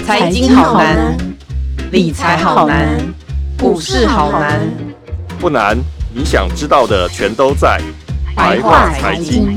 财经好难，理财好难，股市好难。 不难，你想知道的全都在白话财经。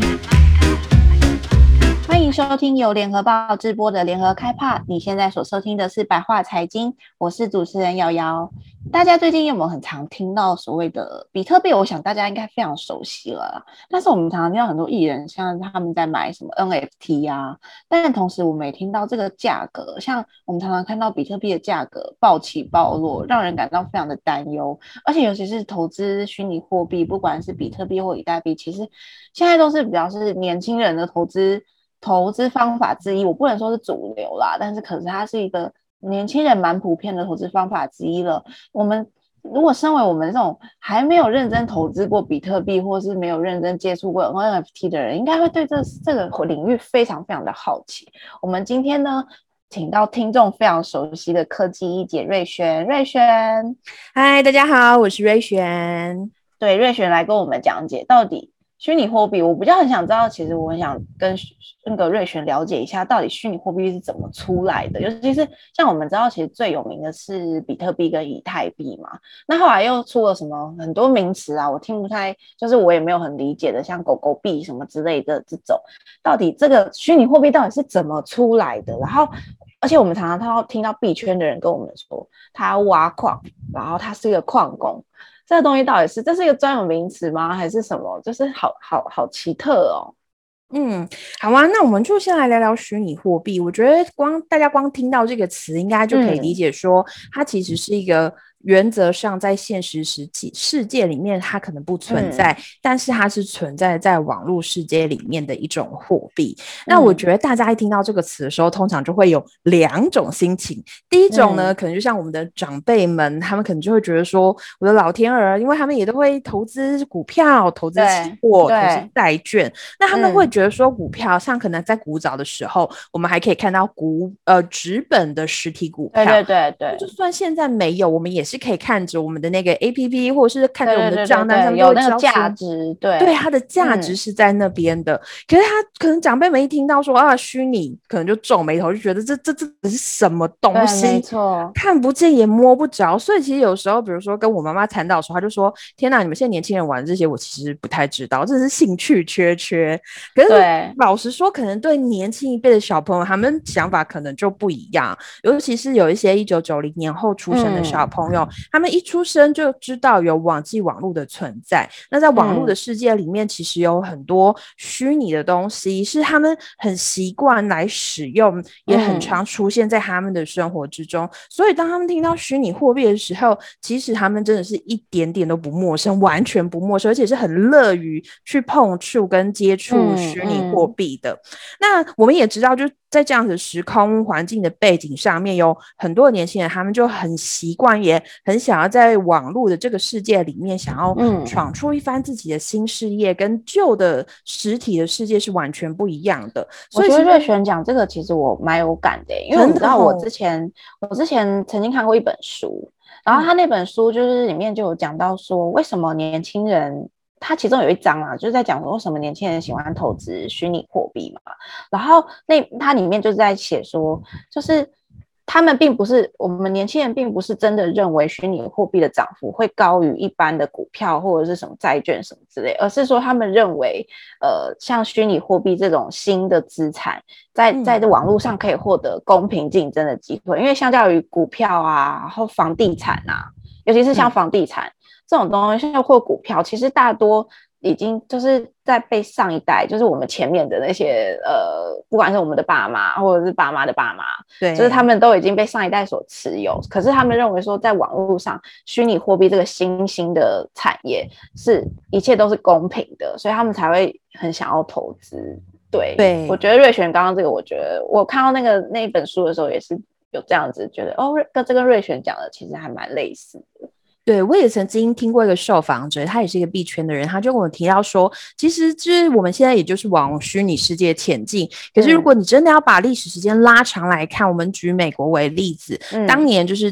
欢迎收听由联合报直播的联合开趴，你现在所收听的是白话财经，我是主持人瑶瑶。大家最近有没有很常听到所谓的比特币？我想大家应该非常熟悉了，但是我们常常听到很多艺人像他们在买什么 NFT 啊，但同时我们也听到这个价格，像我们常常看到比特币的价格暴起暴落，让人感到非常的担忧。而且尤其是投资虚拟货币，不管是比特币或以太币，其实现在都是比较是年轻人的投资方法之一，我不能说是主流啦，但是可是它是一个年轻人蛮普遍的投资方法之一了。我们如果身为我们这种还没有认真投资过比特币，或是没有认真接触过 NFT 的人，应该会对这个领域非常非常的好奇。我们今天呢，请到听众非常熟悉的科技一姐瑞璇。 嗨，大家好，我是瑞璇。 对，瑞璇来跟我们讲解到底虚拟货币，我比较很想知道，其实我很想跟那个瑞璇了解一下，到底虚拟货币是怎么出来的。尤其是像我们知道，其实最有名的是比特币跟以太币嘛。那后来又出了什么很多名词啊，我听不太，就是我也没有很理解的，像狗狗币什么之类的这种。到底这个虚拟货币到底是怎么出来的？然后，而且我们常常听到币圈的人跟我们说，他要挖矿，然后他是一个矿工。这个东西到底是这是一个专有名词吗？还是什么？就是好奇特哦。 好啊，那我们就先来聊聊虚拟货币。我觉得大家光听到这个词，应该就可以理解说，它其实是一个原则上在现实世界里面它可能不存在，但是它是存在在网络世界里面的一种货币。那我觉得大家一听到这个词的时候，通常就会有两种心情。第一种呢，可能就像我们的长辈们，他们可能就会觉得说，我的老天儿，因为他们也都会投资股票、投资期货、投资债券，那他们会觉得说，股票像可能在古早的时候，我们还可以看到纸本的实体股票， 对， 就算现在没有，我们也是可以看着我们的那个 APP， 或者是看着我们的账单上面有那个价值， 对它的价值是在那边的。可是他可能长辈们一听到说啊虚拟，可能就皱眉头，就觉得这是什么东西？ 没错， 看不见也摸不着。所以其实有时候，比如说跟我妈妈谈到的时候，她就说：“天哪，你们现在年轻人玩这些，我其实不太知道，这是兴趣缺。”可是老实说，可能对年轻一辈的小朋友，他们想法可能就不一样。尤其是有一些1990年后出生的小朋友，他们一出生就知道有网际网络的存在。那在网络的世界里面，其实有很多虚拟的东西是他们很习惯来使用，也很常出现在他们的生活之中。所以当他们听到虚拟货币的时候，其实他们真的是一点点都不陌生，完全不陌生，而且是很乐于去碰触跟接触虚拟货币的。那我们也知道，就在这样子时空环境的背景上面，有很多的年轻人，他们就很习惯，也很想要在网络的这个世界里面，想要闯出一番自己的新事业，跟旧的实体的世界是完全不一样的。 所以我觉得瑞璇讲这个，其实我蛮有感的，因为你知道我之前曾经看过一本书，然后他那本书就是里面就有讲到说，为什么年轻人。它其中有一章啊，就是在讲说为什么年轻人喜欢投资虚拟货币嘛。然后它里面就是在写说，就是他们我们年轻人并不是真的认为虚拟货币的涨幅会高于一般的股票或者是什么债券什么之类，而是说他们认为，像虚拟货币这种新的资产，在网络上可以获得公平竞争的机会，因为相较于股票啊，然后房地产啊，尤其是像房地产。这种东西或股票，其实大多已经就是在被上一代，就是我们前面的那些不管是我们的爸妈或者是爸妈的爸妈，对，就是他们都已经被上一代所持有。可是他们认为说，在网络上，虚拟货币这个新兴的产业是一切都是公平的，所以他们才会很想要投资。对，我觉得瑞璇刚刚这个，我觉得我看到那一本书的时候，也是有这样子觉得，这跟瑞璇讲的其实还蛮类似的。 对，我也曾经听过一个受访者，他也是一个币圈的人，他就跟我提到说，其实就是我们现在也就是往虚拟世界前进。可是如果你真的要把历史时间拉长来看，我们举美国为例子，当年就是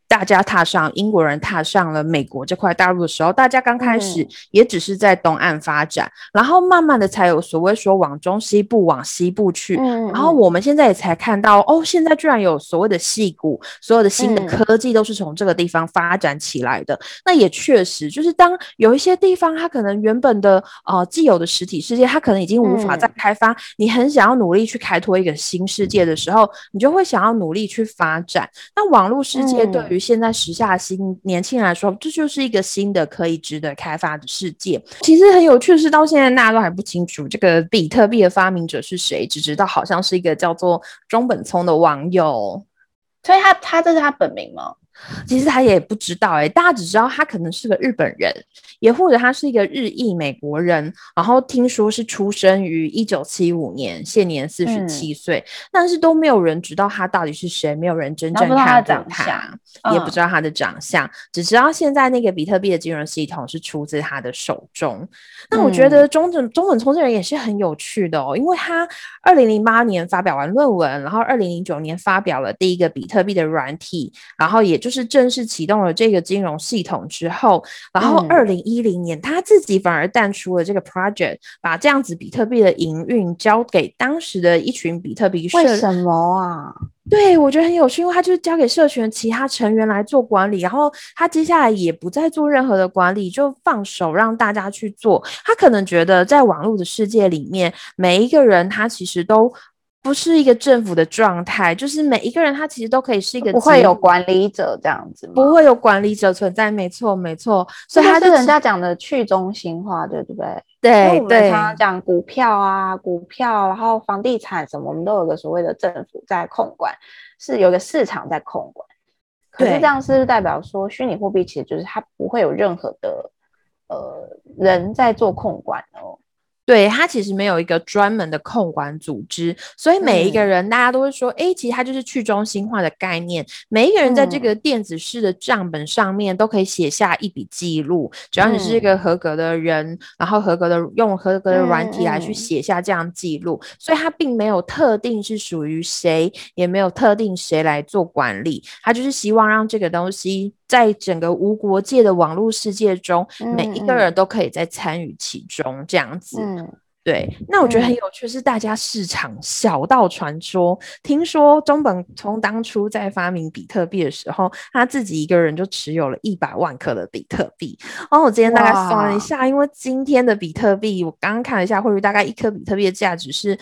大家英国人踏上了美国这块大陆的时候，大家刚开始也只是在东岸发展，然后慢慢的才有所谓说往中西部往西部去，然后我们现在也才看到现在居然有所谓的矽谷，所有的新的科技都是从这个地方发展起来的。那也确实就是当有一些地方它可能原本的既有的实体世界它可能已经无法再开发，你很想要努力去开拓一个新世界的时候，你就会想要努力去发展。那网络世界对于现在时下新年轻人来说，这就是一个新的可以值得开发的世界。其实很有趣的是，到现在大家都还不清楚这个比特币的发明者是谁，只知道好像是一个叫做中本聪的网友。 所以他这是他本名吗？ 其实他也不知道大家只知道他可能是个日本人，也或者他是一个日裔美国人，然后听说是出生于1975年，现年47岁，但是都没有人知道他到底是谁，没有人真正看过他，也不知道他的长相，只知道现在那个比特币的金融系统是出自他的手中。那我觉得中本聪这人也是很有趣的因为他2008年发表完论文，然后2009年发表了第一个比特币的软体，然后也就是正式启动了这个金融系统之后，然后2010年他自己反而淡出了这个 project， 把这样子比特币的营运交给当时的一群比特币社。 为什么啊？ 对，我觉得很有趣，因为他就是交给社群其他成员来做管理，然后他接下来也不再做任何的管理，就放手让大家去做。他可能觉得在网络的世界里面，每一个人他其实都不是一个政府的状态，就是每一个人他其实都可以是一个， 不会有管理者这样子吗？ 不会有管理者存在，没错没错。 所以他是人家讲的去中心化，对不对？ 对， 因为我们常常讲股票，然后房地产什么，我们都有个所谓的政府在控管，是有个市场在控管。可是这样是不是代表说虚拟货币其实就是它不会有任何的人在做控管哦？ 对，它其实没有一个专门的控管组织，所以每一个人大家都会说其实它就是去中心化的概念，每一个人在这个电子式的账本上面都可以写下一笔记录，只要你是一个合格的人，然后用合格的软体来去写下这样记录，所以它并没有特定是属于谁，也没有特定谁来做管理，它就是希望让这个东西在整个无国界的网络世界中，每一个人都可以在参与其中这样子。对，那我觉得很有趣是大家市场小道传说，听说中本聪当初在发明比特币的时候，他自己一个人就持有了100万颗的比特币。然后我今天大概算了一下，因为今天的比特币我刚刚看了一下汇率，大概一颗比特币的价值是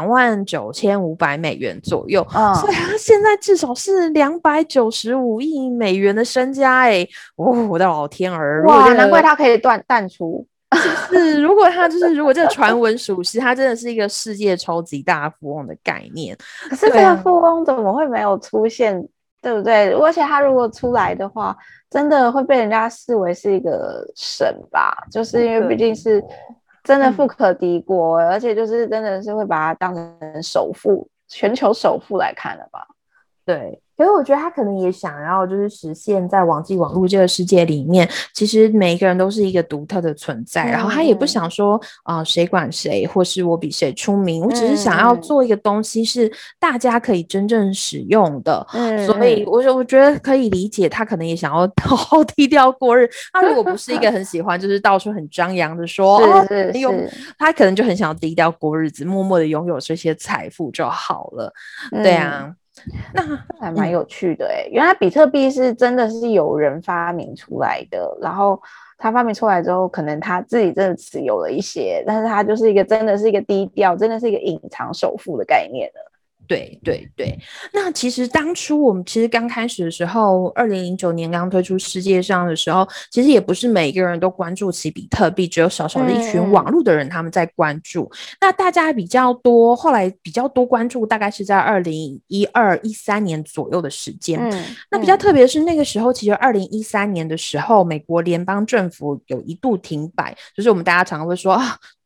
$29,500左右，所以他现在至少是295亿美元的身家我的老天儿！ 哇，难怪他可以淡出。 是，如果这个传闻属实，他真的是一个世界超级大富翁的概念。 可是这个富翁怎么会没有出现，对不对？而且他如果出来的话，真的会被人家视为是一个神吧？就是因为毕竟是真的富可敌国，而且就是真的是会把他当成首富，全球首富来看了吧？ 对。可是我觉得他可能也想要就是实现在网际网络这个世界里面，其实每一个人都是一个独特的存在，然后他也不想说谁管谁，或是我比谁出名，我只是想要做一个东西是大家可以真正使用的，所以我觉得可以理解他可能也想要好好低调过日。他如果不是一个很喜欢就是到处很张扬的说他可能就很想要低调过日子，默默的拥有这些财富就好了。对啊， 那还蛮有趣的原来比特币是真的是有人发明出来的，然后他发明出来之后，可能他自己真的持有了一些，但是他就是真的是一个低调，真的是一个隐藏首富的概念了。 对对对，那其实当初我们刚开始的时候，2009年刚推出世界上的时候，其实也不是每一个人都关注起比特币，只有少少的一群网络的人他们在关注。那大家后来比较多关注，大概是在2012、13年左右的时间。那比较特别的是那个时候，其实2013年的时候，美国联邦政府有一度停摆，就是我们大家常常会说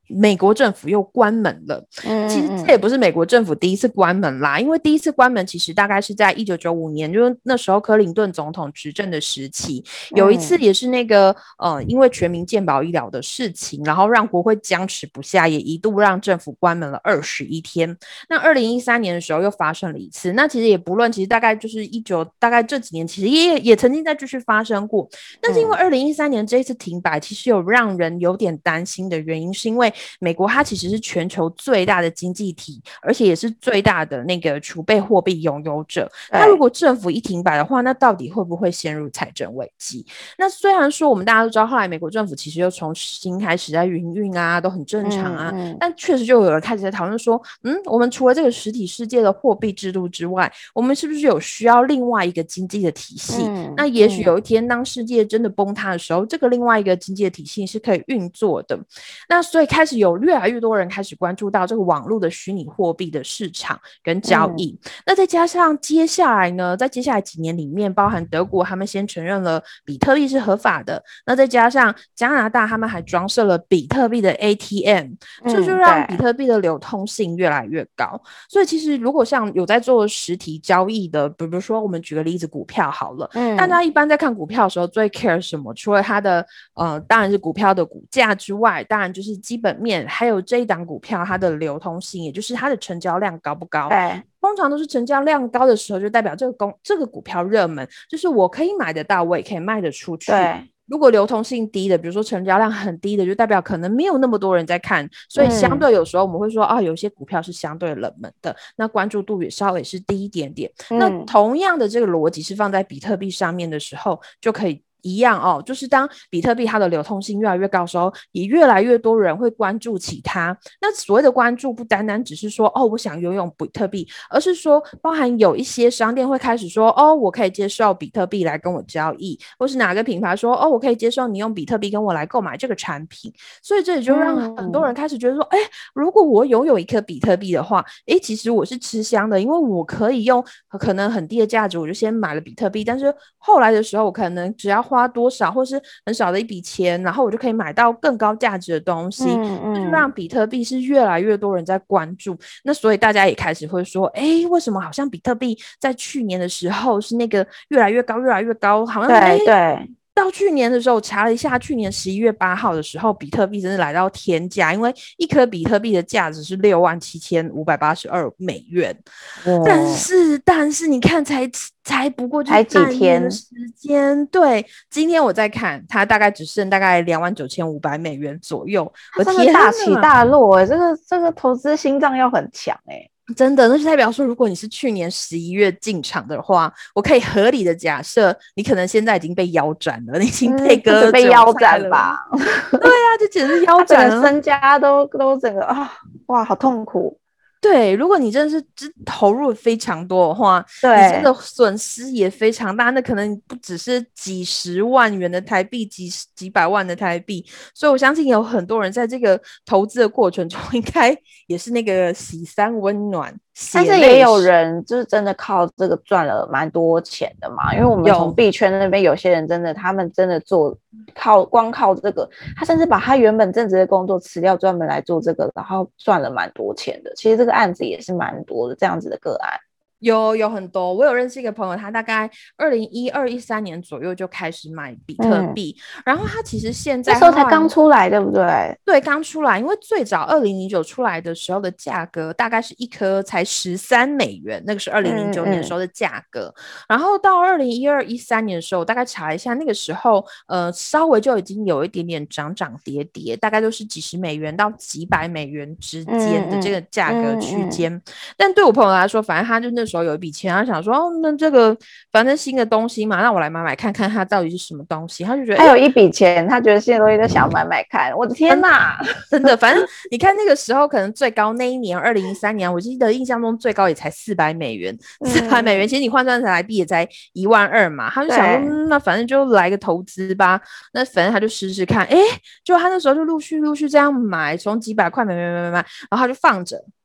美国政府又关门了。其实这也不是美国政府第一次关门啦，因为第一次关门其实大概是在1995年，就是那时候克林顿总统执政的时期，有一次也是那个因为全民健保医疗的事情，然后让国会僵持不下，也一度让政府关门了21天。那2013年的时候又发生了一次，那其实也不论，其实大概就是大概这几年其实也曾经在继续发生过。但是因为2013年这一次停摆，其实有让人有点担心的原因，是因为美国它其实是全球最大的经济体，而且也是最大的那个储备货币拥有者。那如果政府一停摆的话，那到底会不会陷入财政危机？那虽然说我们大家都知道，后来美国政府其实又重新开始在营运啊，都很正常啊，但确实就有人开始在讨论说，我们除了这个实体世界的货币制度之外，我们是不是有需要另外一个经济的体系？那也许有一天当世界真的崩塌的时候，这个另外一个经济的体系是可以运作的。那所以开始有越来越多人开始关注到这个网络的虚拟货币的市场跟交易。那再加上接下来呢，在接下来几年里面，包含德国他们先承认了比特币是合法的，那再加上加拿大他们还装设了比特币的 ATM，这就让比特币的流通性越来越高。所以其实如果像有在做实体交易的，比如说我们举个例子，股票好了，大家一般在看股票的时候最 care 什么？除了它的当然是股票的股价之外，当然就是基本面，还有这一档股票它的流通性，也就是它的成交量高不高。通常都是成交量高的时候，就代表这个股票热门，就是我可以买得到，我也可以卖得出去。如果流通性低的，比如说成交量很低的，就代表可能没有那么多人在看，所以相对有时候我们会说有些股票是相对冷门的，那关注度也稍微是低一点点。那同样的这个逻辑是放在比特币上面的时候，就可以一样就是当比特币它的流通性越来越高的时候，也越来越多人会关注起它。那所谓的关注不单单只是说我想拥有比特币，而是说包含有一些商店会开始说我可以接受比特币来跟我交易，或是哪个品牌说我可以接受你用比特币跟我来购买这个产品。所以这也就让很多人开始觉得说如果我拥有一颗比特币的话，其实我是吃香的，因为我可以用可能很低的价值我就先买了比特币，但是后来的时候我可能只要花多少或是很少的一笔钱，然后我就可以买到更高价值的东西，就是让比特币是越来越多人在关注。那所以大家也开始会说为什么好像比特币在去年的时候是那个越来越高越来越高，好像对到去年的时候查了一下，去年11月8号的时候比特币真的来到天价，因为一颗比特币的价值是$67,582。但是你看才不过就几天的时间，对，今天我在看它大概只剩大概$29,500左右。 我天哪，大起大落这个投资心脏要很强真的，那就代表说，如果你是去年11月进场的话，我可以合理的假设，你可能现在已经被腰斩了，你已经被割了， 被腰斩吧？ 对啊，就简直腰斩了， 身家都整个哇，好痛苦。 对，如果你真的是投入非常多的话， 对， 你这个损失也非常大，那可能不只是几十万元的台币，几百万的台币，所以我相信有很多人在这个投资的过程中，应该也是那个喜三温暖。 但是也有人就是真的靠这个赚了蛮多钱的嘛，因为我们从币圈那边有些人真的，他们真的光靠这个，他甚至把他原本正职的工作辞掉，专门来做这个，然后赚了蛮多钱的。其实这个案子也是蛮多的，这样子的个案。 有很多，我有认识一个朋友，他大概2012、13年左右就开始买比特币，然后他其实现在那时候才刚出来，对不对？ 对，刚出来，因为最早2009出来的时候的价格大概是一颗才$13，那个是2009年的时候的价格。然后到2012、13年的时候，我大概查了一下，那个时候稍微就已经有一点点涨跌，大概都是几十美元到几百美元之间的这个价格区间。但对我朋友来说，反正他就那时候有一笔钱，他想说那这个反正新的东西嘛，那我来买看看它到底是什么东西。他就觉得他有一笔钱，他觉得新的东西都想买看。我的天哪， 真的，反正你看那个时候可能最高那一年2013年，我记得印象中最高也才$400，$400其实你换算成台币也才12000嘛。他就想说那反正就来个投资吧，那反正他就试试看，就他那时候就陆续这样买，从几百块买，然后他就放着，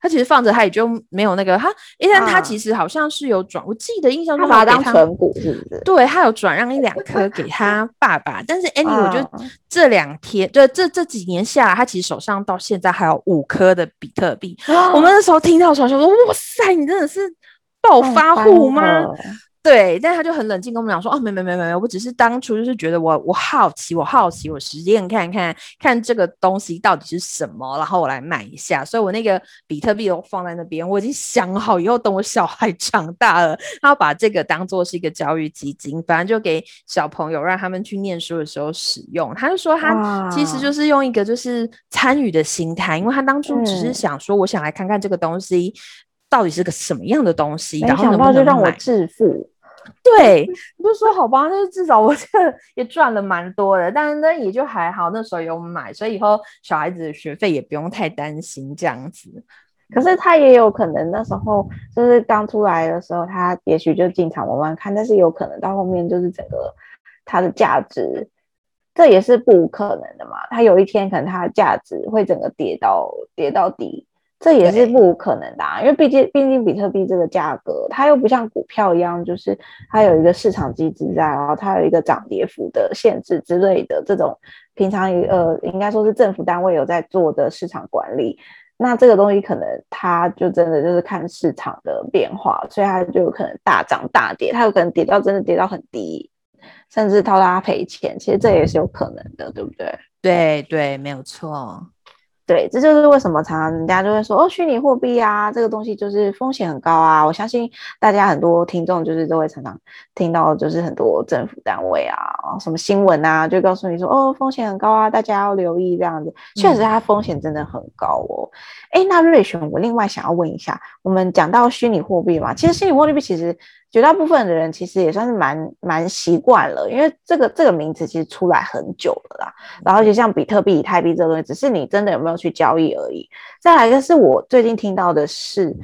它其实放着它也就没有那个因为它其实好像是有转，我记得印象中他把它当存股是不是？ 对，他有转让1-2颗给他爸爸，但是 anyway 我就这2天这几年下来，他其实手上到现在还有5颗的比特币。我们那时候听到的时候说，哇塞，你真的是暴发户吗？对，但他就很冷静跟我们讲说，没，我只是当初就是觉得我好奇，我实验看这个东西到底是什么，然后我来买一下，所以我那个比特币都放在那边，我已经想好以后等我小孩长大了，他要把这个当做是一个教育基金，反正就给小朋友让他们去念书的时候使用。他就说他其实就是用一个就是参与的心态，因为他当初只是想说，我想来看看这个东西到底是个什么样的东西，然后能不能买， 没想到就让我致富。 对，你就说好吧，就是至少我这个也赚了蛮多的，但是呢也就还好，那时候有买，所以以后小孩子的学费也不用太担心这样子。 可是他也有可能那时候就是刚出来的时候，他也许就进场慢慢看，但是有可能到后面就是整个它的价值，这也是不无可能的嘛。他有一天可能它的价值会整个跌到底。这也是不无可能的因为毕竟比特币这个价格，它又不像股票一样，就是它有一个市场机制在，然后它有一个涨跌幅的限制之类的，这种平常应该说是政府单位有在做的市场管理。那这个东西可能它就真的就是看市场的变化，所以它就有可能大涨大跌，它有可能真的跌到很低，甚至到它赔钱，其实这也是有可能的，对不对？ 对，没有错。 对，这就是为什么常常人家就会说虚拟货币啊，这个东西就是风险很高啊。我相信大家很多听众就是都会常常听到，就是很多政府单位啊，什么新闻啊，就告诉你说风险很高啊，大家要留意这样子。确实，它风险真的很高哦。那瑞璇，我另外想要问一下，我们讲到虚拟货币嘛，其实虚拟货币其实绝大部分的人其实也算是蛮习惯了，因为这个名词其实出来很久了啦。然后就像比特币、以太币这个东西，只是你真的有没有去交易而已。再来一个是我最近听到的是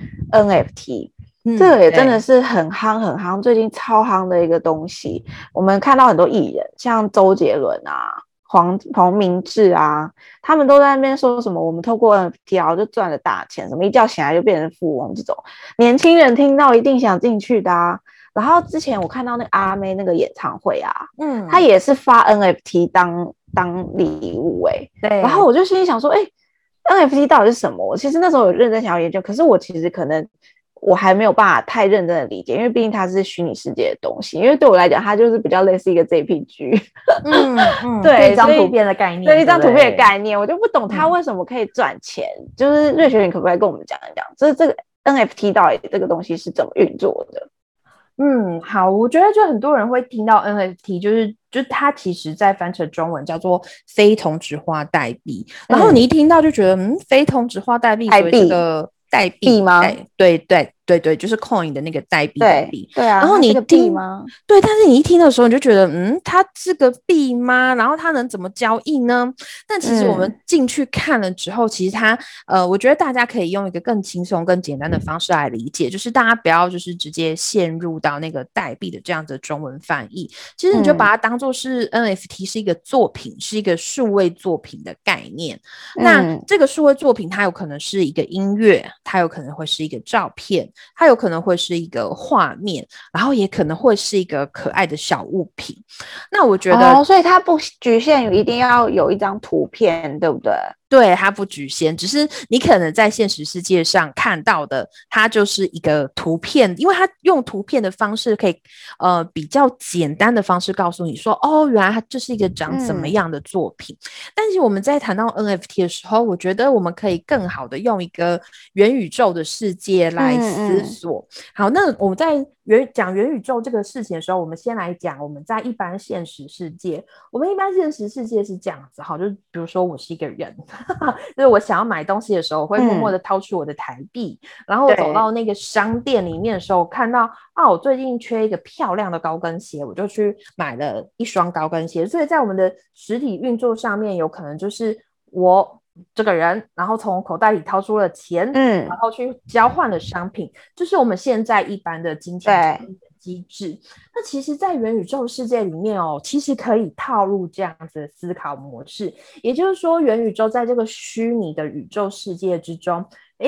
NFT，这个也真的是很夯，最近超夯的一个东西。我们看到很多艺人，像周杰伦啊、黄明志啊，他们都在那边说什么我们透过 NFT 然后就赚了大钱，什么一觉醒来就变成富翁，这种年轻人听到一定想进去的啊。然后之前我看到那个阿妹那个演唱会啊，他也是发 NFT 当礼物对。然后我就心里想说NFT 到底是什么？我其实那时候有认真想要研究，可是我其实可能我还没有办法太认真的理解，因为毕竟它是虚拟世界的东西，因为对我来讲它就是比较类似一个 JPG 对， 一张图片的概念， 对，一张图片的概念，我就不懂它为什么可以赚钱。就是瑞璇，你可不可以跟我们讲一讲，这个 NFT 到底这个东西是怎么运作的？ 好，我觉得就很多人会听到 NFT，就是它其实在翻成中文叫做非同质化代币，然后你一听到就觉得非同质化代币，所以这个代币吗？ 对，就是 coin 的那个代币。 对啊， 然后你听吗？ 对，但是你一听的时候，你就觉得它是个币吗？然后它能怎么交易呢？但其实我们进去看了之后，其实它我觉得大家可以用一个更轻松、更简单的方式来理解，就是大家不要就是直接陷入到那个代币的这样的中文翻译，其实你就把它当作是 NFT 是一个作品，是一个数位作品的概念。那这个数位作品，它有可能是一个音乐，它有可能会是一个照片。它有可能会是一个画面，然后也可能会是一个可爱的小物品。那我觉得所以它不局限于一定要有一张图片，对不对？ 对，它不局限，只是你可能在现实世界上看到的，它就是一个图片，因为它用图片的方式可以比较简单的方式告诉你说原来它就是一个长怎么样的作品。但是我们在谈到 NFT 的时候，我觉得我们可以更好的用一个元宇宙的世界来思索。好，那我们在讲元宇宙这个事情的时候，我们先来讲我们在一般现实世界。我们一般现实世界是这样子，好，就是比如说我是一个人就是我想要买东西的时候，我会默默的掏出我的台币，然后走到那个商店里面的时候，看到我最近缺一个漂亮的高跟鞋，我就去买了一双高跟鞋。所以在我们的实体运作上面，有可能就是我这个人，然后从口袋里掏出了钱，然后去交换了商品，就是我们现在一般的金钱交易的机制。那其实在元宇宙世界里面其实可以套入这样子的思考模式，也就是说元宇宙在这个虚拟的宇宙世界之中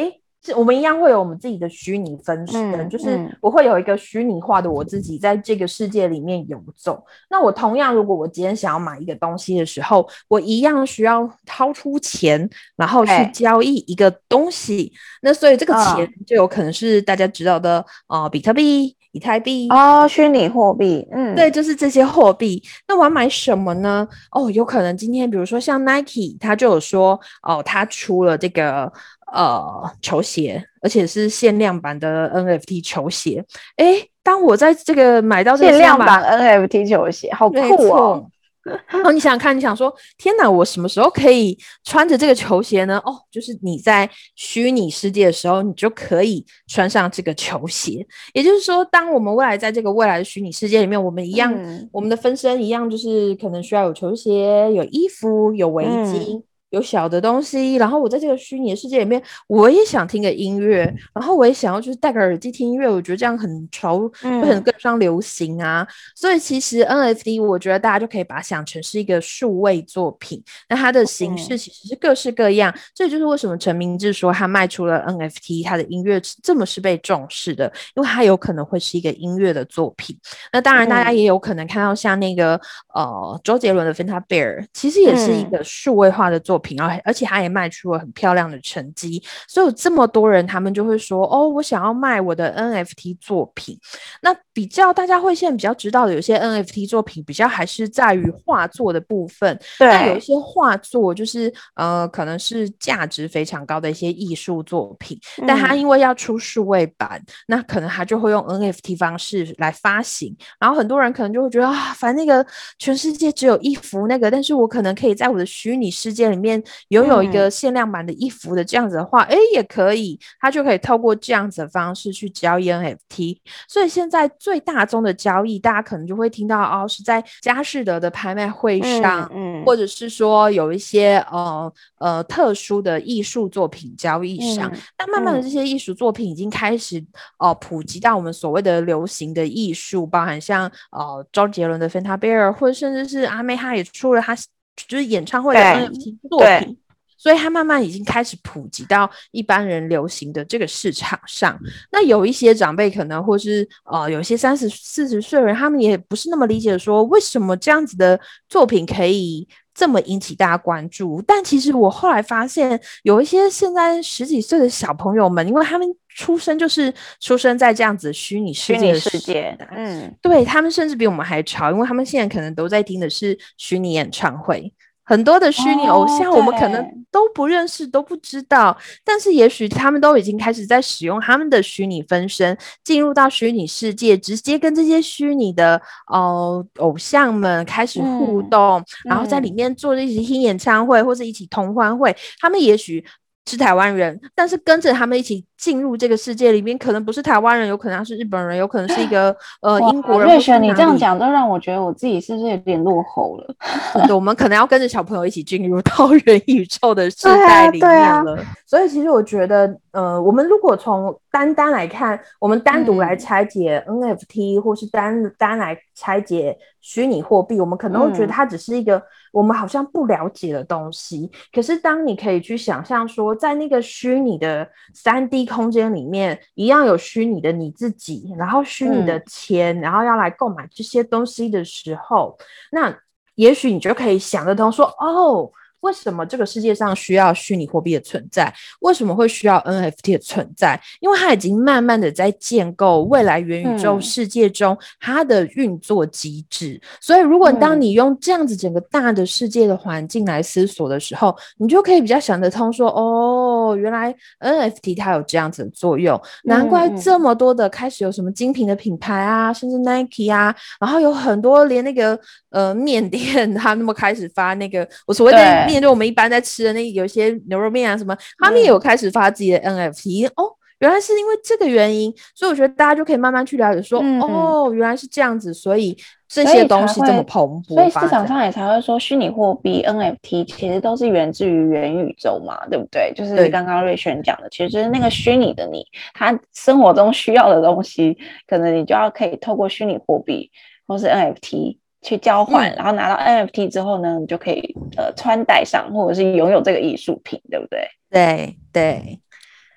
我们一样会有我们自己的虚拟分身，就是我会有一个虚拟化的我自己在这个世界里面游走。那我同样，如果我今天想要买一个东西的时候，我一样需要掏出钱，然后去交易一个东西。那所以这个钱就有可能是大家知道的比特币、以太币虚拟货币， 对，就是这些货币。那我要买什么呢？有可能今天比如说像 Nike， 他就有说他出了这个球鞋，而且是限量版的 NFT 球鞋。当我在这个买到这个限量版 NFT 球鞋，好酷哦！ 你想想看，你想说，天哪，我什么时候可以穿着这个球鞋呢？就是你在虚拟世界的时候，你就可以穿上这个球鞋。也就是说，当我们未来在这个未来的虚拟世界里面，我们一样，我们的分身一样，就是可能需要有球鞋、有衣服、有围巾。有小的东西，然后我在这个虚拟的世界里面，我也想听个音乐，然后我也想要就是戴个耳机听音乐，我觉得这样很潮，会很跟上流行啊。所以其实 NFT 我觉得大家就可以把它想成是一个数位作品，那它的形式其实是各式各样。这就是为什么陈明志说他卖出了 NFT， 他的音乐这么是被重视的，因为它有可能会是一个音乐的作品。那当然大家也有可能看到像那个周杰伦的 Fanta Bear， 其实也是一个数位化的作品。而且他也卖出了很漂亮的成绩，所以有这么多人他们就会说我想要卖我的 NFT 作品。那比较大家会现在比较知道的有些 NFT 作品比较还是在于画作的部分，那有一些画作就是可能是价值非常高的一些艺术作品，但他因为要出数位版，那可能他就会用 NFT 方式来发行，然后很多人可能就会觉得反正那个全世界只有一幅那个，但是我可能可以在我的虚拟世界里面拥有一个限量版的一幅的这样子的话，也可以，他就可以透过这样子的方式去交易 NFT。 所以现在最大宗的交易大家可能就会听到是在佳士得的拍卖会上，或者是说有一些特殊的艺术作品交易上，但慢慢的这些艺术作品已经开始普及到我们所谓的流行的艺术，包含像周杰伦的 Fanta Bear， 或者甚至是阿妹她也出了她就是演唱会的 NFT 作品，所以它慢慢已经开始普及到一般人流行的这个市场上。那有一些长辈可能或是有一些30、40岁的人，他们也不是那么理解说为什么这样子的作品可以这么引起大家关注。但其实我后来发现有一些现在10几岁的小朋友们，因为他们出生在这样子的虚拟世界，对，他们甚至比我们还潮，因为他们现在可能都在听的是虚拟演唱会，很多的虚拟偶像我们可能都不认识都不知道，但是也许他们都已经开始在使用他们的虚拟分身进入到虚拟世界，直接跟这些虚拟的偶像们开始互动，然后在里面做一起听演唱会或者一起同欢会。他们也许是台湾人，但是跟着他们一起进入这个世界里面，可能不是台湾人，有可能他是日本人，有可能是一个英国人。 瑞璇，你这样讲都让我觉得我自己是不是有点落后了？ 真的，我们可能要跟着小朋友一起进入到元宇宙的世代里面了。所以其实我觉得我们如果从单来看，我们单独来拆解 NFT 或是单来拆解虚拟货币，我们可能会觉得它只是一个我们好像不了解的东西。可是当你可以去想象说，在那个虚拟的 3D 空间里面，一样有虚拟的你自己，然后虚拟的钱，然后要来购买这些东西的时候，那也许你就可以想得通说，为什么这个世界上需要虚拟货币的存在？为什么会需要 NFT 的存在？因为它已经慢慢的在建构未来元宇宙世界中它的运作机制。所以如果当你用这样子整个大的世界的环境来思索的时候，你就可以比较想得通说，原来 NFT 它有这样子的作用，难怪这么多的开始有什么精品的品牌啊，甚至 Nike 啊，然后有很多连那个面店他们开始发那个我所谓的面，就我们一般在吃的那有一些牛肉面啊什么，他们也有开始发自己的 NFT。原来是因为这个原因，所以我觉得大家就可以慢慢去了解说，原来是这样子，所以这些东西这么蓬勃， 所以市场上也才会说虚拟货币 NFT 其实都是源自于元宇宙嘛，对不对？就是刚刚瑞璇讲的，其实就是那个虚拟的你，他生活中需要的东西，可能你就要可以透过虚拟货币或是 NFT去交换，然后拿到 NFT 之后呢，你就可以穿戴上或者是拥有这个艺术品，对不对？ 对。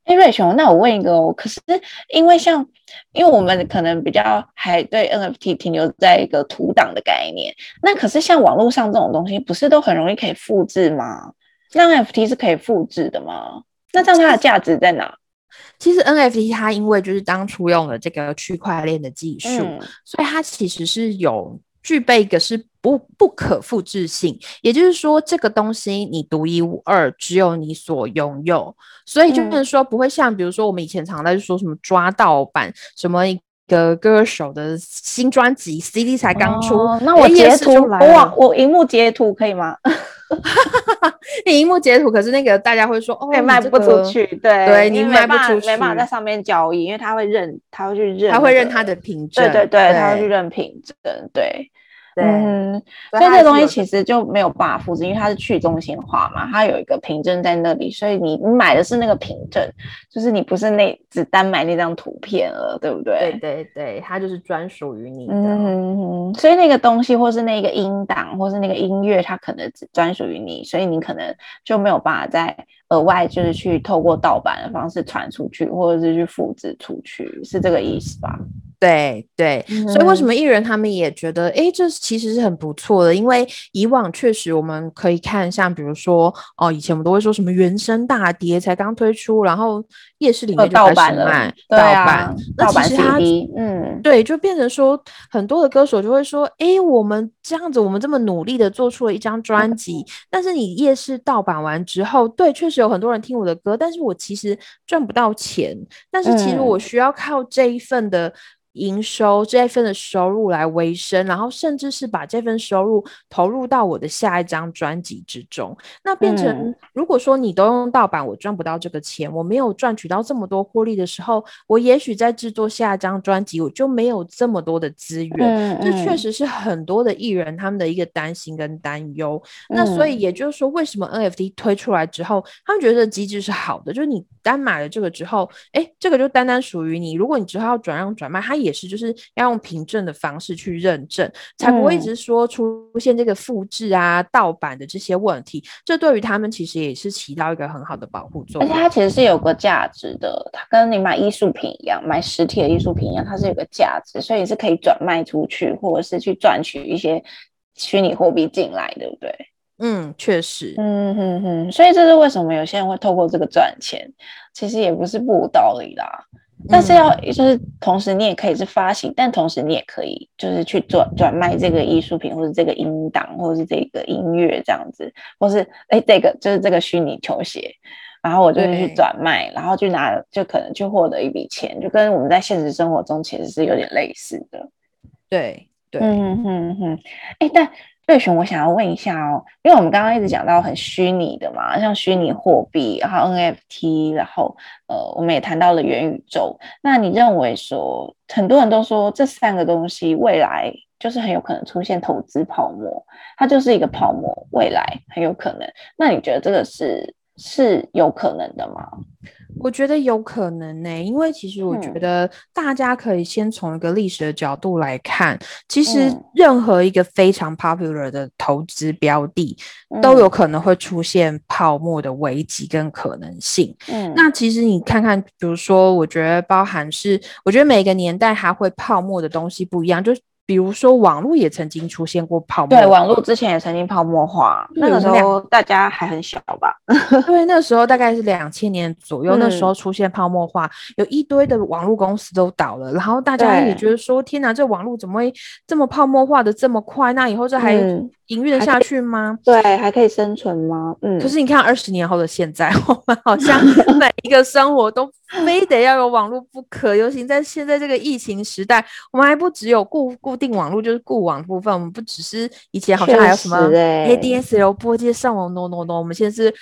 瑞雄，那我问一个哦，可是因为我们可能比较还对 NFT 停留在一个图档的概念，那可是像网络上这种东西，不是都很容易可以复制吗？那 NFT 是可以复制的吗？那这样它的价值在哪？ 其实 NFT 它因为就是当初用了这个区块链的技术，所以它其实是具备一个是不可复制性，也就是说这个东西你独一无二，只有你所拥有，所以就是说不会像比如说我们以前常在说什么抓盗版，什么一个歌手的新专辑 CD 才刚出， 那我截图，我荧幕截图可以吗？ 你荧幕截图，可是那个大家会说哦， 卖不出去， 对，你卖不出去， 没办法在上面交易，因为他会去认， 他会认他的凭证， 对，他会去认凭证，对。所以这个东西其实就没有办法复制，因为它是去中心化嘛，它有一个凭证在那里，所以你买的是那个凭证，就是你不是只单买那张图片了，对不对？ 对，它就是专属于你的。 所以那个东西或是那个音档或是那个音乐，它可能只专属于你，所以你可能就没有办法再额外就是去透过盗版的方式传出去，或者是去复制出去，是这个意思吧？ 对，所以为什么艺人他们也觉得这其实是很不错的，因为以往确实我们可以看像比如说以前我们都会说什么原声大碟才刚推出，然后夜市里面就开始卖盗版， 那其实它对，就变成说很多的歌手就会说我们这样子我们这么努力的做出了一张专辑，但是你夜市盗版完之后，对，确实有很多人听我的歌，但是我其实赚不到钱，但是其实我需要靠这一份的营收，这份的收入来维生，然后甚至是把这份收入投入到我的下一张专辑之中，那变成如果说你都用盗版，我赚不到这个钱，我没有赚取到这么多获利的时候，我也许在制作下一张专辑我就没有这么多的资源，这确实是很多的艺人他们的一个担心跟担忧，那所以也就是说为什么 NFT 推出来之后他们觉得机制是好的，就是你单买了这个之后这个就单单属于你，如果你之后要转让转卖，它也是就是要用凭证的方式去认证，才不会一直说出现这个复制啊盗版的这些问题，这对于他们其实也是起到一个很好的保护作用， 而且它其实是有个价值的，它跟你买艺术品一样，买实体的艺术品一样，它是有个价值，所以你是可以转卖出去，或者是去赚取一些虚拟货币进来，对不对？ 确实， 所以这是为什么有些人会透过这个赚钱，其实也不是不无道理啦。但是就是同时你也可以是发行，但同时你也可以就是去转卖这个艺术品，或者这个音档，或者是这个音乐这样子，或是这个就是这个虚拟球鞋，然后我就去转卖，然后就可能去获得一笔钱，就跟我们在现实生活中其实是有点类似的。 对， 但瑞雄，我想要问一下哦，因为我们刚刚一直讲到很虚拟的嘛，像虚拟货币，然后 NFT， 然后我们也谈到了元宇宙。那你认为说，很多人都说这3个东西未来就是很有可能出现投资泡沫，它就是一个泡沫，未来很有可能。那你觉得这个是有可能的吗？ 我觉得有可能呢，因为其实我觉得大家可以先从一个历史的角度来看，其实任何一个非常 popular 的投资标的都有可能会出现泡沫的危机跟可能性。那其实你看看，比如说，我觉得我觉得每个年代它会泡沫的东西不一样，就是比如说网络也曾经出现过泡沫， 对，网络之前也曾经泡沫化，那个时候大家还很小吧？ 对，那时候大概是2000年左右，那时候出现泡沫化，有一堆的网络公司都倒了，然后大家也觉得说，天哪，这网络怎么会这么泡沫化的这么快？那以后这还营运得下去吗？ 对，还可以生存吗？ 可是你看20年后的现在，我们好像每一个生活都非得要有网络不可，尤其在现在这个疫情时代，我们还不只有固定网络，就是固网部分，我们不只是以前好像还有什么 ADSL 拨接上网 no， 我们现在是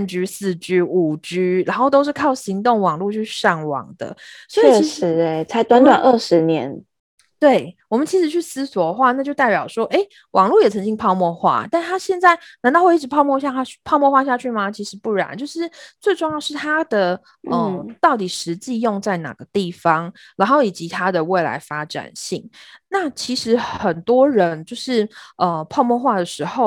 3G、4G、5G， 然后都是靠行动网络去上网的，所以其实才短短20年。 对，我们其实去思索的话，那就代表说，网络也曾经泡沫化，但它现在难道会一直泡沫化下去吗？其实不然，就是最重要是它的到底实际用在哪个地方，然后以及它的未来发展性。那其实很多人就是泡沫化的时候，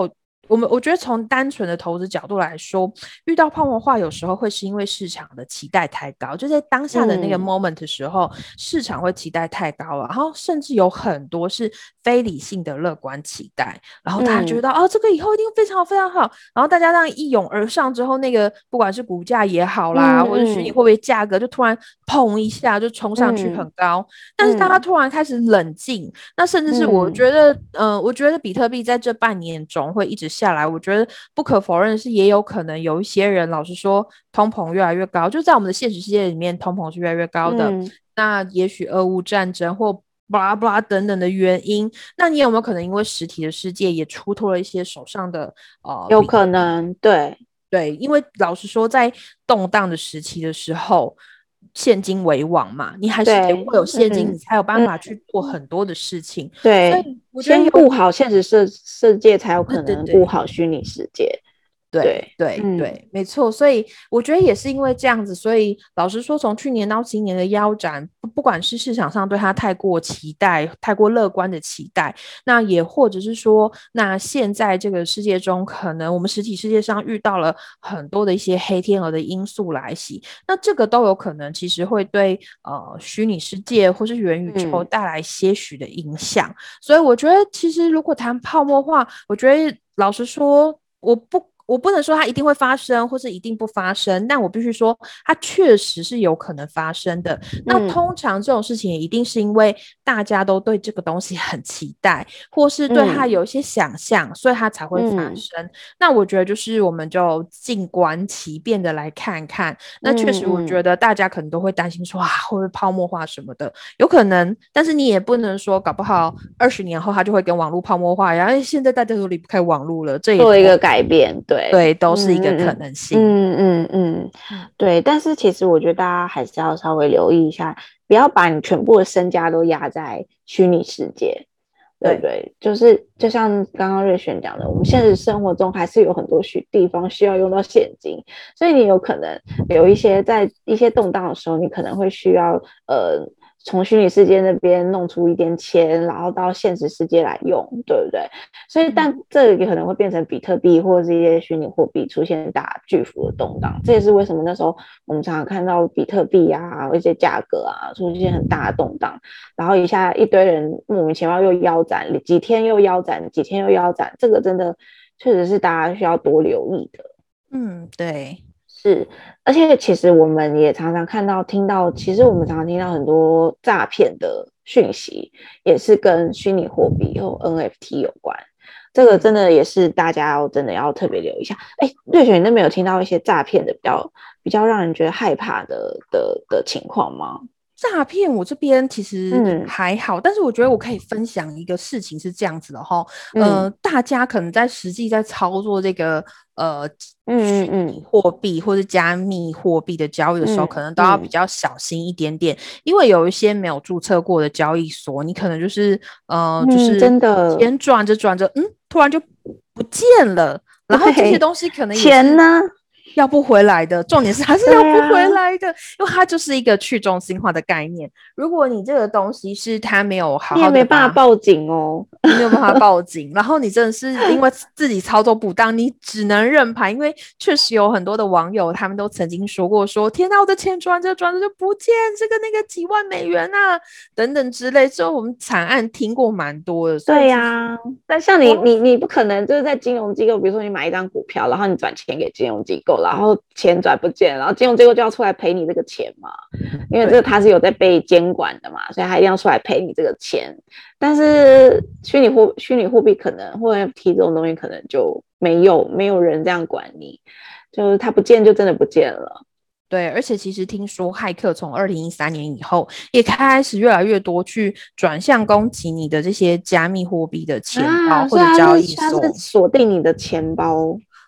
我觉得从单纯的投资角度来说，遇到泡沫化有时候会是因为市场的期待太高，就在当下的那个 moment 的时候，市场会期待太高了，然后甚至有很多是非理性的乐观期待，然后大家觉得这个以后一定非常好非常好，然后大家这样一涌而上之后，那个不管是股价也好啦，或者虚拟货币价格就突然砰一下就冲上去很高，但是大家突然开始冷静，那甚至是我觉得比特币在这半年中会一直下来，我觉得不可否认是也有可能有一些人老实说通膨越来越高，就在我们的现实世界里面通膨是越来越高的，那也许俄乌战争或巴拉巴拉等等的原因，那你有没有可能因为实体的世界也出脱了一些手上的有可能，对， 因为老实说在动荡的时期的时候现金为王嘛，你还是得会有现金，你才有办法去做很多的事情。 对， 所以我觉得先顾好现实世界，才有可能顾好虚拟世界。 对，没错。所以我觉得也是因为这样子，所以老实说，从去年到今年的腰斩，不管是市场上对它太过期待、太过乐观的期待，那也或者是说，那现在这个世界中，可能我们实体世界上遇到了很多的一些黑天鹅的因素来袭，那这个都有可能其实会对虚拟世界或是元宇宙带来些许的影响。所以我觉得，其实如果谈泡沫化，我觉得老实说，我不能说它一定会发生，或是一定不发生，但我必须说，它确实是有可能发生的。那通常这种事情也一定是因为大家都对这个东西很期待，或是对它有一些想象，所以它才会发生。那我觉得就是我们就静观其变的来看看。那确实，我觉得大家可能都会担心说会不会泡沫化什么的，有可能，但是你也不能说搞不好20年后它就会跟网络泡沫化一样，现在大家都离不开网络了，这也做一个改变。 对，都是一个可能性。 对。但是其实我觉得大家还是要稍微留意一下，不要把你全部的身家都压在虚拟世界，对不对？就像刚刚瑞璇讲的，我们现实生活中还是有很多地方需要用到现金，所以你有可能有在一些动荡的时候，你可能会需要从虚拟世界那边弄出一点钱，然后到现实世界来用，对不对？所以，但这个可能会变成比特币或者是一些虚拟货币出现巨幅的动荡。这也是为什么那时候我们常常看到比特币啊，一些价格啊出现很大的动荡，然后一下一堆人莫名其妙又腰斩，几天又腰斩，几天又腰斩，这个真的确实是大家需要多留意的。 对。 是，而且其实我们也常常听到，其实我们常常听到很多诈骗的讯息，也是跟虚拟货币或 NFT 有关。这个真的也是大家真的要特别留意一下。瑞雪，你那边有听到一些诈骗的比较让人觉得害怕的情况吗？ 诈骗我这边其实还好，但是我觉得我可以分享一个事情是这样子的齁，大家可能实际在操作这个虚拟货币或者加密货币的交易的时候，可能都要比较小心一点点，因为有一些没有注册过的交易所，你可能就是就是真的钱转着转着，突然就不见了，然后这些东西可能也是钱呢？ 要不回来的，重点是还是要不回来的，因为它就是一个去中心化的概念。如果你这个东西是它没有好好的， 你也没办法报警哦， 你没有办法报警，然后你真的是因为自己操作不当，你只能认盘。因为确实有很多的网友，他们都曾经说过天哪，我的钱转着转着就不见，这个那个几万美元啊，等等之类，这我们惨案听过蛮多的。 对呀，但像你不可能就是在金融机构，比如说你买一张股票，然后你转钱给金融机构，然后钱转不见，然后金融机构就要出来赔你这个钱嘛，因为这个它是有在被监管的嘛，所以它一定要出来赔你这个钱。但是虚拟货币可能或 NFT 这种东西可能就没有人这样管你，就是它不见就真的不见了。 对，而且其实听说骇客从2013年以后也开始越来越多去转向攻击你的这些加密货币的钱包或者交易所， 它是锁定你的钱包。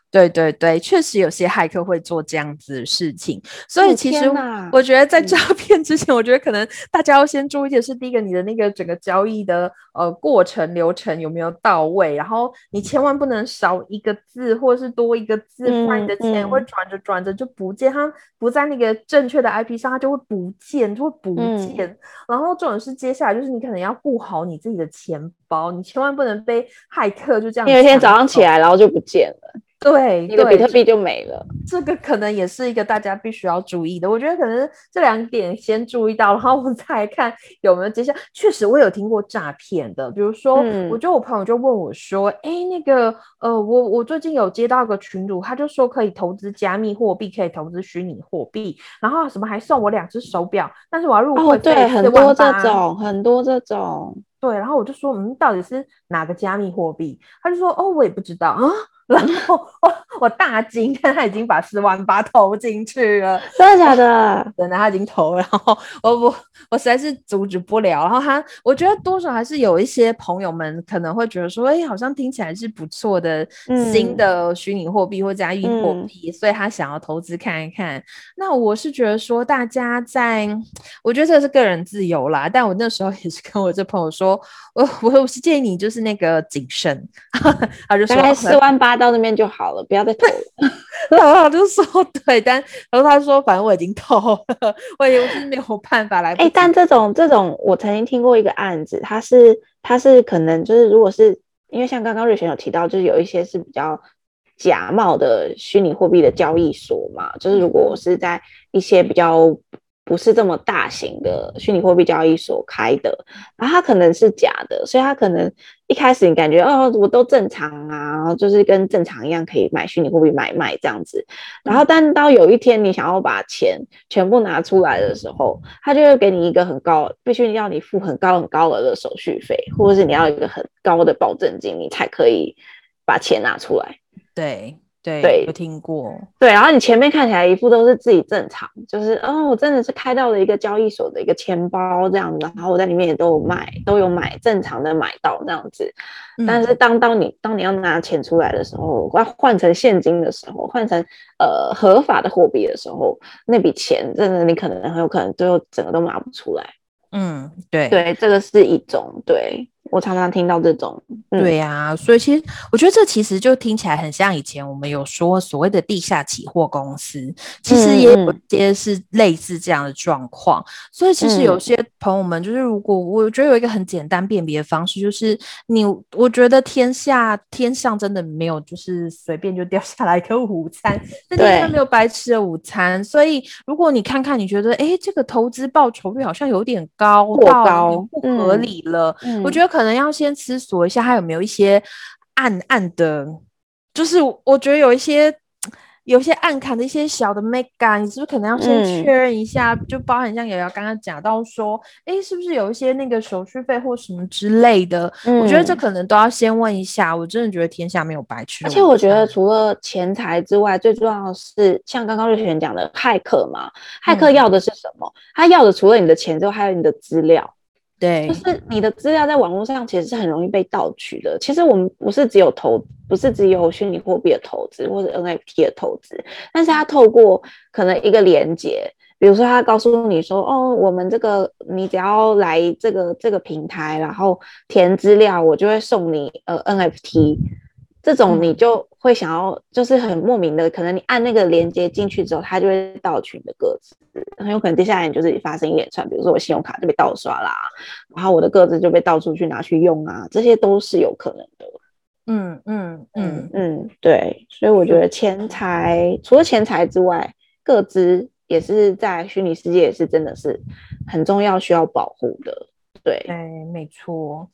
对对对，确实有些骇客会做这样子的事情，所以其实我觉得在诈骗之前，我觉得可能大家要先注意的是，第一个你的那个整个交易的过程流程有没有到位，然后你千万不能少一个字或者是多一个字，不然你的钱会转着转着就不见，它不在那个正确的 IP 上，它就会不见，然后这种是接下来就是你可能要顾好你自己的钱包，你千万不能被骇客就这样。 有一天早上起来然后就不见了。 对， 你的比特币就没了， 这个可能也是一个大家必须要注意的。我觉得可能这2点先注意到，然后我们再来看有没有接下来。确实，我有听过诈骗的，比如说，我觉得我朋友就问我说：“那个，我最近有接到一个群组，他就说可以投资加密货币，可以投资虚拟货币，然后什么还送我2只手表，但是我要入会费对，很多这种。 对，然后我就说，到底是哪个加密货币？他就说，我也不知道啊。然后我大惊，但他已经把48000投进去了， 真的假的？ 真的，他已经投了。然后我实在是阻止不了。然后我觉得多少还是有一些朋友们可能会觉得说，好像听起来是不错的新的虚拟货币或加密货币，所以他想要投资看一看。那我是觉得说，大家我觉得这是个人自由啦。但我那时候也是跟我这朋友说，我是建议你就是那个谨慎。他就说大概48000到那边就好了，不要再投了。 然后他就说对，然后他说反正我已经投了，我是没有办法来不及。 但这种我曾经听过一个案子，他是可能就是如果是因为像刚刚瑞璇有提到，就是有一些是比较假冒的虚拟货币的交易所嘛，就是如果我是在一些比较不是这么大型的虚拟货币交易所开的，然后它可能是假的，所以它可能一开始你感觉我都正常啊，就是跟正常一样可以买虚拟货币买卖这样子，然后但到有一天你想要把钱全部拿出来的时候，它就会给你一个很高，必须要你付很高额的手续费，或者是你要一个很高的保证金，你才可以把钱拿出来。 对，有听过。 对，然后你前面看起来一副都是自己正常，就是我真的是开到了一个交易所的一个钱包这样子，然后我在里面也都有买正常的买到这样子。但是当你要拿钱出来的时候，要换成现金的时候，换成合法的货币的时候，那笔钱真的你可能很有可能最后整个都拿不出来。对，这个是一种，对，我常常听到这种。 对啊，所以其实我觉得这其实就听起来很像以前我们有说所谓的地下期货公司，其实也有些是类似这样的状况。所以其实有些朋友们就是，如果我觉得有一个很简单辨别的方式，就是我觉得天上真的没有就是随便就掉下来一个午餐，这天上没有白吃的午餐。所以如果你看看，你觉得这个投资报酬率好像有点高到不合理了，我觉得可能要先思索一下，它有没有一些暗的，就是我觉得有一些暗砍的一些小的 mega， 你是不是可能要先确认一下？就包含像瑶瑶刚刚讲到说，是不是有一些那个手续费或什么之类的？我觉得这可能都要先问一下。我真的觉得天下没有白吃的午餐。 而且我觉得除了钱财之外，最重要的是像刚刚瑞璇讲的骇客嘛，骇客要的是什么？他要的除了你的钱之外，还有你的资料。 对， 就是你的资料在网络上其实是很容易被盗取的。其实我们不是只有虚拟货币的投资或者 NFT 的投资，但是它透过可能一个连结，比如说他告诉你说，我们这个你只要来这个平台，然后填资料，我就会送你NFT。这种你就会想要，就是很莫名的，可能你按那个连接进去之后，它就会盗取你的个资，很有可能接下来你就是发生一连串，比如说我信用卡就被盗刷啦，然后我的个资就被盗出去拿去用啊，这些都是有可能的。对，所以我觉得除了钱财之外，个资也是在虚拟世界也是真的是很重要，需要保护的。对， 没错。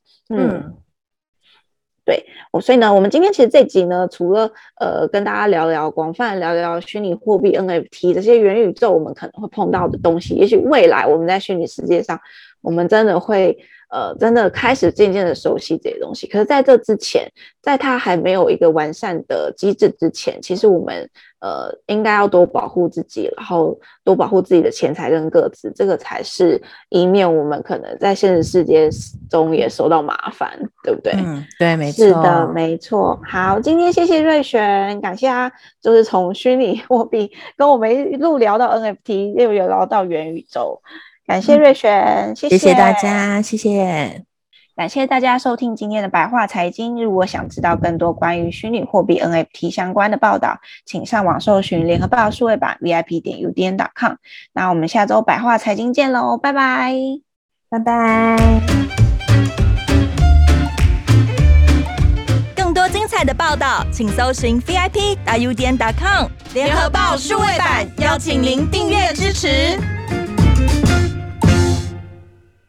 对，所以呢，我们今天其实这集呢，除了跟大家广泛聊聊虚拟货币 NFT 这些元宇宙我们可能会碰到的东西，也许未来我们在虚拟世界上，我们真的会真的开始渐渐的熟悉这些东西。可是在这之前，在它还没有一个完善的机制之前，其实我们应该要多保护自己，然后多保护自己的钱财跟个资，这个才是以免我们可能在现实世界中也受到麻烦，对不对？ 对，没错， 是的，没错。好，今天谢谢瑞璇，感谢他，就是从虚拟货币跟我们一路聊到 NFT， 又聊到元宇宙。感谢瑞璇，谢谢大家，谢谢。 感谢大家收听今天的白话财经。如果想知道更多关于虚拟货币 NFT 相关的报道，请上网搜寻联合报数位版 VIP.udn.com。那我们下周白话财经见喽，拜拜， 拜拜。 更多精彩的报道，请搜寻 VIP.udn.com 联合报数位版，邀请您订阅支持。